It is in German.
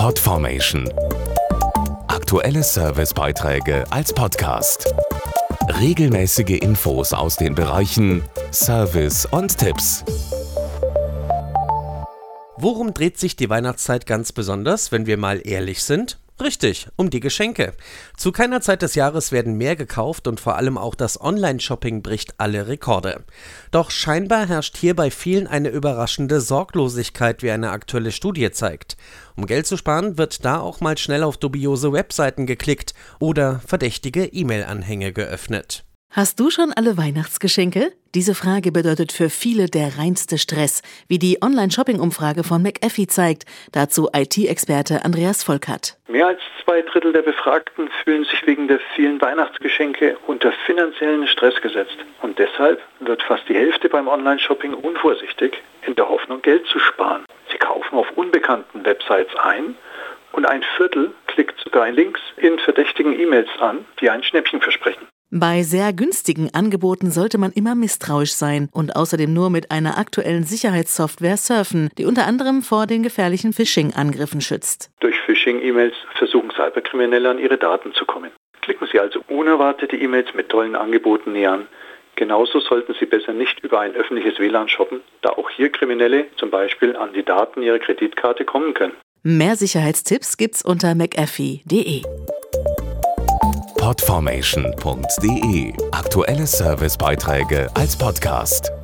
Podformation. Aktuelle Servicebeiträge als Podcast. Regelmäßige Infos aus den Bereichen Service und Tipps. Worum dreht sich die Weihnachtszeit ganz besonders, wenn wir mal ehrlich sind? Richtig, um die Geschenke. Zu keiner Zeit des Jahres werden mehr gekauft und vor allem auch das Online-Shopping bricht alle Rekorde. Doch scheinbar herrscht hier bei vielen eine überraschende Sorglosigkeit, wie eine aktuelle Studie zeigt. Um Geld zu sparen, wird da auch mal schnell auf dubiose Webseiten geklickt oder verdächtige E-Mail-Anhänge geöffnet. Hast du schon alle Weihnachtsgeschenke? Diese Frage bedeutet für viele der reinste Stress, wie die Online-Shopping-Umfrage von McAfee zeigt. Dazu IT-Experte Andreas Volkert. Mehr als 2/3 der Befragten fühlen sich wegen der vielen Weihnachtsgeschenke unter finanziellen Stress gesetzt. Und deshalb wird fast die Hälfte beim Online-Shopping unvorsichtig, in der Hoffnung, Geld zu sparen. Sie kaufen auf unbekannten Websites ein und 1/4 klickt sogar Links in verdächtigen E-Mails an, die ein Schnäppchen versprechen. Bei sehr günstigen Angeboten sollte man immer misstrauisch sein und außerdem nur mit einer aktuellen Sicherheitssoftware surfen, die unter anderem vor den gefährlichen Phishing-Angriffen schützt. Durch Phishing-E-Mails versuchen Cyberkriminelle an ihre Daten zu kommen. Klicken Sie also unerwartete E-Mails mit tollen Angeboten näher an. Genauso sollten Sie besser nicht über ein öffentliches WLAN shoppen, da auch hier Kriminelle zum Beispiel an die Daten Ihrer Kreditkarte kommen können. Mehr Sicherheitstipps gibt's unter mcafee.de. Podformation.de. Aktuelle Servicebeiträge als Podcast.